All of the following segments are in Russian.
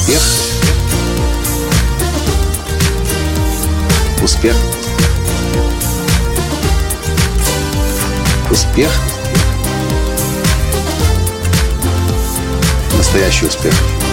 Успех. Успех. Успех. Настоящий успех.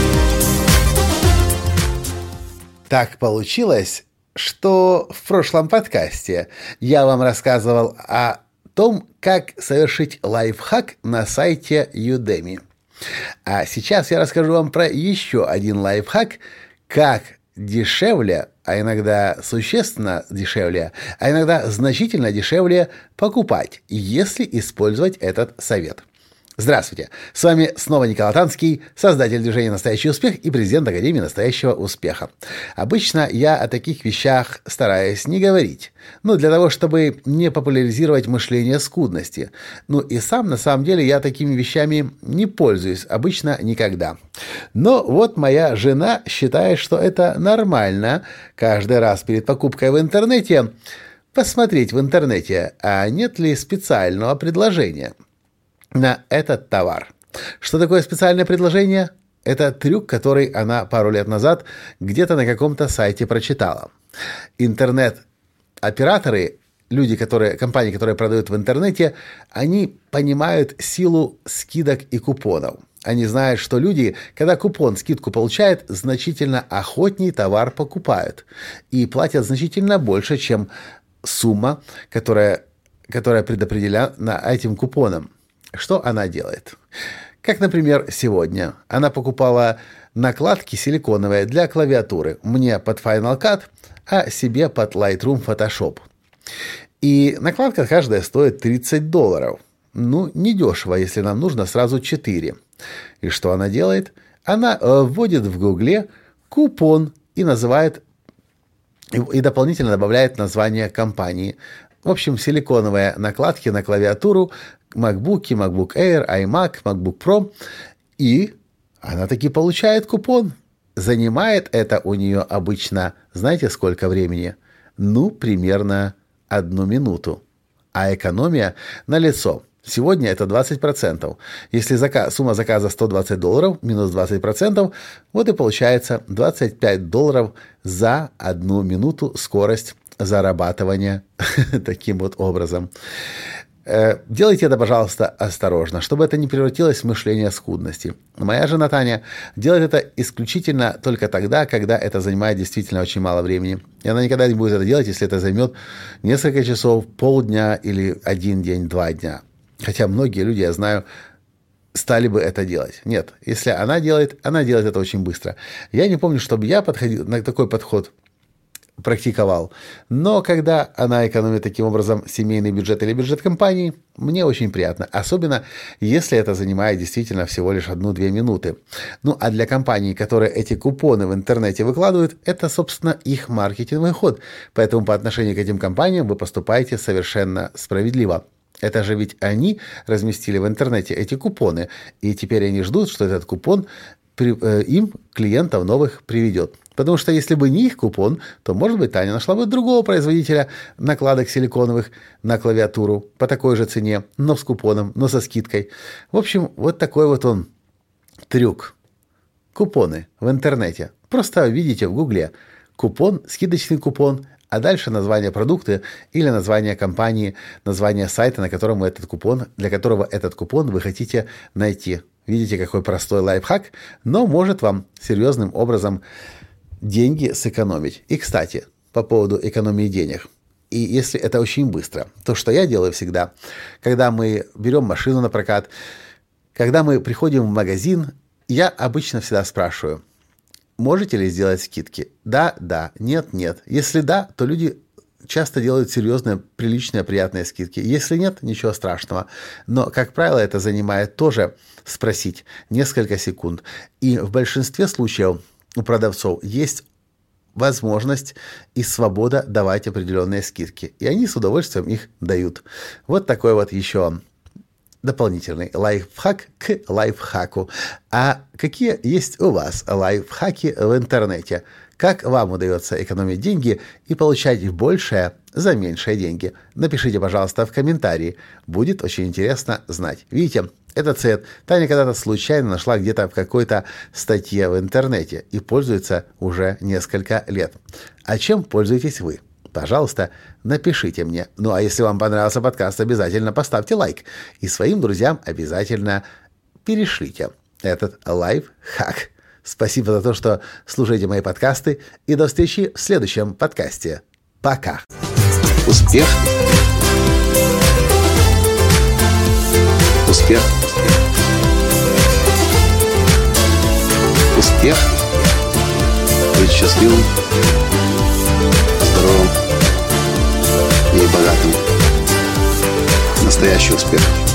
Так получилось, что в прошлом подкасте я вам рассказывал о том, как совершить лайфхак на сайте Udemy. А сейчас я расскажу вам про еще один лайфхак, как дешевле, а иногда существенно дешевле, а иногда значительно дешевле покупать, если использовать этот совет. Здравствуйте! С вами снова Николай Танский, создатель движения «Настоящий успех» и президент Академии «Настоящего успеха». Обычно я о таких вещах стараюсь не говорить, для того, чтобы не популяризировать мышление скудности. И сам, на самом деле, я такими вещами не пользуюсь, обычно никогда. Но вот моя жена считает, что это нормально каждый раз перед покупкой в интернете посмотреть в интернете, а нет ли специального предложения на этот товар. Что такое специальное предложение? Это трюк, который она пару лет назад где-то на каком-то сайте прочитала. Интернет-операторы, компании, которые продают в интернете, они понимают силу скидок и купонов. Они знают, что люди, когда скидку получают, значительно охотнее товар покупают и платят значительно больше, чем сумма, которая предопределена этим купоном. Что она делает? Как, например, сегодня она покупала накладки силиконовые для клавиатуры. Мне под Final Cut, а себе под Lightroom Photoshop. И накладка каждая стоит $30. Недешево, если нам нужно сразу 4. И что она делает? Она вводит в Гугле купон и дополнительно добавляет название компании. В общем, силиконовые накладки на клавиатуру, MacBook, MacBook Air, iMac, MacBook Pro. И она таки получает купон. Занимает это у нее обычно, знаете, сколько времени? Примерно 1 минуту. А экономия налицо. Сегодня это 20%. Если сумма заказа $120, минус 20%, вот и получается $25 за 1 минуту скорость зарабатывания таким вот образом. Делайте это, пожалуйста, осторожно, чтобы это не превратилось в мышление скудности. Моя жена Таня делает это исключительно только тогда, когда это занимает действительно очень мало времени. И она никогда не будет это делать, если это займет несколько часов, полдня или 1 день, 2 дня. Хотя многие люди, я знаю, стали бы это делать. Нет, если она делает это очень быстро. Я не помню, чтобы я на такой подход практиковал. Но когда она экономит таким образом семейный бюджет или бюджет компании, мне очень приятно. Особенно, если это занимает действительно всего лишь 1-2 минуты. А для компаний, которые эти купоны в интернете выкладывают, это, собственно, их маркетинговый ход. Поэтому по отношению к этим компаниям вы поступаете совершенно справедливо. Это же ведь они разместили в интернете эти купоны. И теперь они ждут, что этот купон им клиентов новых приведет. Потому что если бы не их купон, то, может быть, Таня нашла бы другого производителя накладок силиконовых на клавиатуру по такой же цене, но с купоном, но со скидкой. В общем, вот такой вот он трюк. Купоны в интернете. Просто введите в Гугле купон, скидочный купон, а дальше название продукта или название компании, название сайта, для которого этот купон вы хотите найти. Видите, какой простой лайфхак, но может вам серьезным образом деньги сэкономить. И, кстати, по поводу экономии денег. И если это очень быстро, то что я делаю всегда, когда мы берем машину на прокат, когда мы приходим в магазин, я обычно всегда спрашиваю: можете ли сделать скидки? Да, нет. Если да, то люди часто делают серьезные, приличные, приятные скидки. Если нет, ничего страшного. Но, как правило, это занимает тоже спросить несколько секунд. И в большинстве случаев у продавцов есть возможность и свобода давать определенные скидки. И они с удовольствием их дают. Вот такой вот еще дополнительный лайфхак к лайфхаку. А какие есть у вас лайфхаки в интернете? Как вам удается экономить деньги и получать большее за меньшие деньги? Напишите, пожалуйста, в комментарии. Будет очень интересно знать. Видите, этот цвет Таня когда-то случайно нашла где-то в какой-то статье в интернете и пользуется уже несколько лет. А чем пользуетесь вы? Пожалуйста, напишите мне. Ну а если вам понравился подкаст, обязательно поставьте лайк. И своим друзьям обязательно перешлите этот лайфхак. Спасибо за то, что слушаете мои подкасты. И до встречи в следующем подкасте. Пока. Успех. Успех. Успех. Быть счастливым, здоровым и богатым. Настоящий успех.